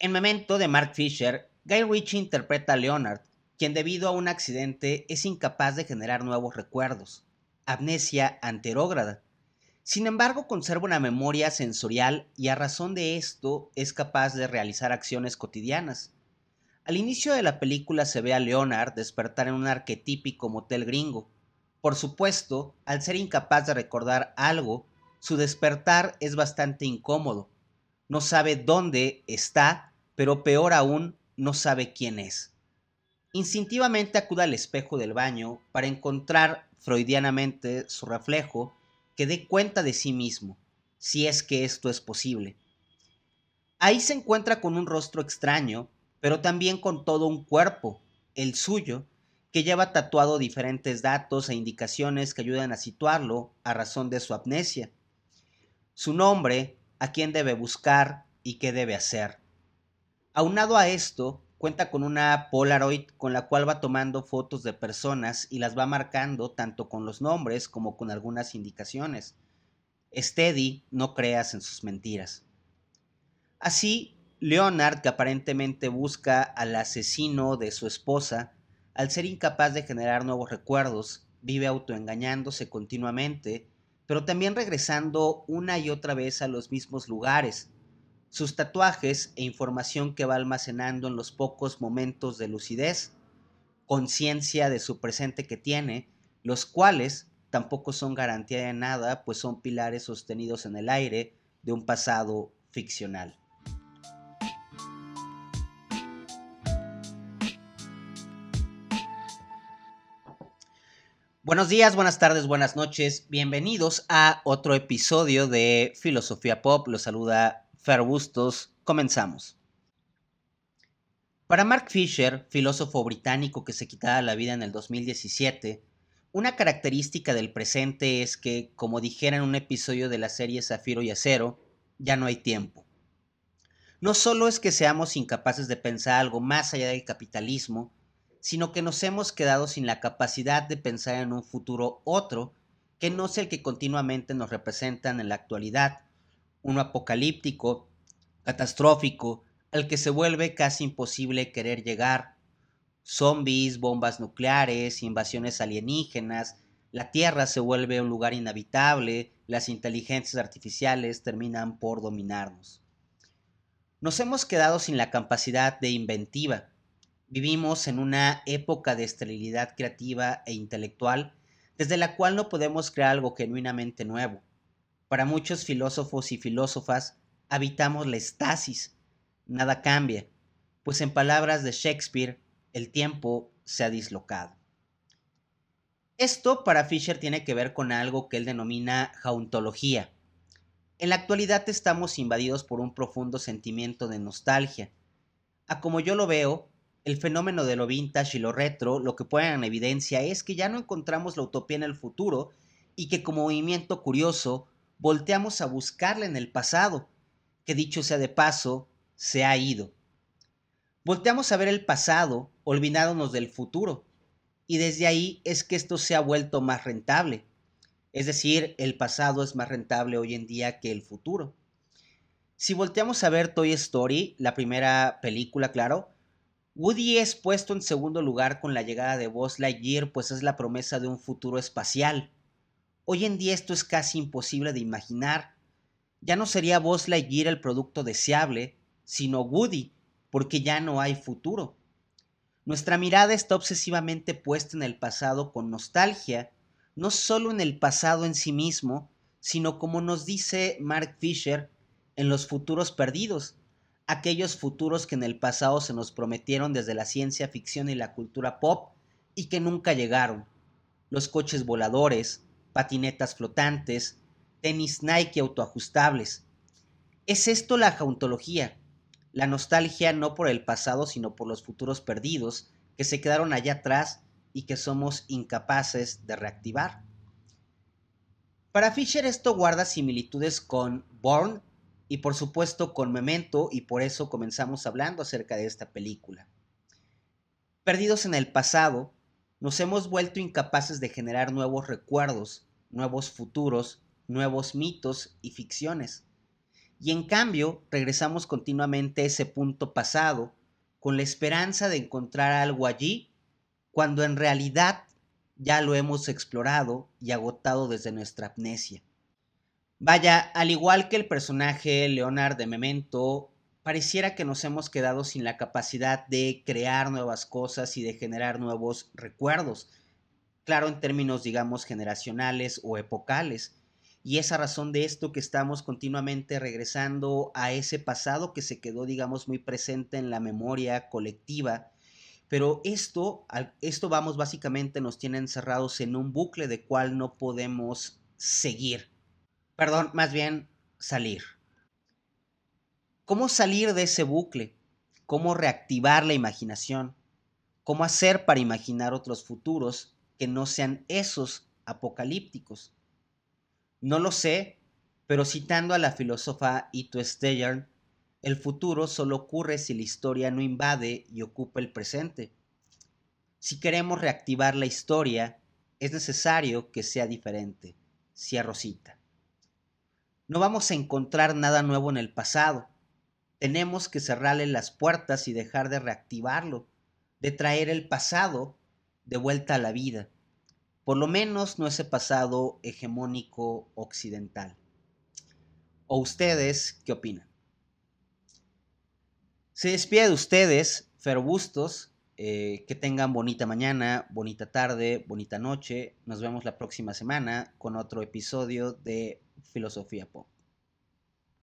En Memento de Mark Fisher, Guy Ritchie interpreta a Leonard, quien debido a un accidente es incapaz de generar nuevos recuerdos, amnesia anterógrada. Sin embargo, conserva una memoria sensorial y a razón de esto es capaz de realizar acciones cotidianas. Al inicio de la película se ve a Leonard despertar en un arquetípico motel gringo. Por supuesto, al ser incapaz de recordar algo, su despertar es bastante incómodo. No sabe dónde está, pero peor aún, no sabe quién es. Instintivamente acude al espejo del baño para encontrar freudianamente su reflejo que dé cuenta de sí mismo, si es que esto es posible. Ahí se encuentra con un rostro extraño, pero también con todo un cuerpo, el suyo, que lleva tatuado diferentes datos e indicaciones que ayudan a situarlo a razón de su amnesia. Su nombre, a quién debe buscar y qué debe hacer. Aunado a esto, cuenta con una Polaroid con la cual va tomando fotos de personas y las va marcando tanto con los nombres como con algunas indicaciones. Steady, no creas en sus mentiras. Así, Leonard, que aparentemente busca al asesino de su esposa, al ser incapaz de generar nuevos recuerdos, vive autoengañándose continuamente, pero también regresando una y otra vez a los mismos lugares. Sus tatuajes e información que va almacenando en los pocos momentos de lucidez, conciencia de su presente que tiene, los cuales tampoco son garantía de nada, pues son pilares sostenidos en el aire de un pasado ficcional. Buenos días, buenas tardes, buenas noches. Bienvenidos a otro episodio de Filosofía Pop. Los saluda Fer Bustos. Comenzamos. Para Mark Fisher, filósofo británico que se quitaba la vida en el 2017, una característica del presente es que, como dijera en un episodio de la serie Zafiro y Acero, ya no hay tiempo. No solo es que seamos incapaces de pensar algo más allá del capitalismo, sino que nos hemos quedado sin la capacidad de pensar en un futuro otro que no es el que continuamente nos representan en la actualidad, uno apocalíptico, catastrófico, al que se vuelve casi imposible querer llegar. Zombies, bombas nucleares, invasiones alienígenas, la Tierra se vuelve un lugar inhabitable, las inteligencias artificiales terminan por dominarnos. Nos hemos quedado sin la capacidad de inventiva. Vivimos en una época de esterilidad creativa e intelectual, desde la cual no podemos crear algo genuinamente nuevo. Para muchos filósofos y filósofas, habitamos la estasis. Nada cambia, pues en palabras de Shakespeare, el tiempo se ha dislocado. Esto para Fisher tiene que ver con algo que él denomina jauntología. En la actualidad estamos invadidos por un profundo sentimiento de nostalgia. A como yo lo veo, el fenómeno de lo vintage y lo retro lo que ponen en evidencia es que ya no encontramos la utopía en el futuro y que como movimiento curioso volteamos a buscarla en el pasado, que dicho sea de paso, se ha ido. Volteamos a ver el pasado, olvidándonos del futuro, y desde ahí es que esto se ha vuelto más rentable. Es decir, el pasado es más rentable hoy en día que el futuro. Si volteamos a ver Toy Story, la primera película, claro, Woody es puesto en segundo lugar con la llegada de Buzz Lightyear, pues es la promesa de un futuro espacial. Hoy en día esto es casi imposible de imaginar. Ya no sería Buzz Lightyear el producto deseable, sino Woody, porque ya no hay futuro. Nuestra mirada está obsesivamente puesta en el pasado con nostalgia, no solo en el pasado en sí mismo, sino como nos dice Mark Fisher, en los futuros perdidos, aquellos futuros que en el pasado se nos prometieron desde la ciencia ficción y la cultura pop y que nunca llegaron. Los coches voladores, patinetas flotantes, tenis Nike autoajustables. ¿Es esto la jauntología? La nostalgia no por el pasado, sino por los futuros perdidos que se quedaron allá atrás y que somos incapaces de reactivar. Para Fisher esto guarda similitudes con Bourne y por supuesto con Memento y por eso comenzamos hablando acerca de esta película. Perdidos en el pasado, nos hemos vuelto incapaces de generar nuevos recuerdos, nuevos futuros, nuevos mitos y ficciones. Y en cambio, regresamos continuamente a ese punto pasado con la esperanza de encontrar algo allí, cuando en realidad ya lo hemos explorado y agotado desde nuestra amnesia. Vaya, al igual que el personaje Leonard de Memento, pareciera que nos hemos quedado sin la capacidad de crear nuevas cosas y de generar nuevos recuerdos, claro, en términos, digamos, generacionales o epocales. Y es a razón de esto que estamos continuamente regresando a ese pasado que se quedó, digamos, muy presente en la memoria colectiva. Pero esto vamos, básicamente nos tiene encerrados en un bucle de cual no podemos seguir. Perdón, más bien salir. ¿Cómo salir de ese bucle? ¿Cómo reactivar la imaginación? ¿Cómo hacer para imaginar otros futuros que no sean esos apocalípticos? No lo sé, pero citando a la filósofa Ito Steyer, el futuro solo ocurre si la historia no invade y ocupa el presente. Si queremos reactivar la historia, es necesario que sea diferente. Cierro cita. No vamos a encontrar nada nuevo en el pasado. Tenemos que cerrarle las puertas y dejar de reactivarlo, de traer el pasado de vuelta a la vida. Por lo menos no ese pasado hegemónico occidental. ¿O ustedes qué opinan? Se despide de ustedes, Fer Bustos. Que tengan bonita mañana, bonita tarde, bonita noche. Nos vemos la próxima semana con otro episodio de Filosofía Pop.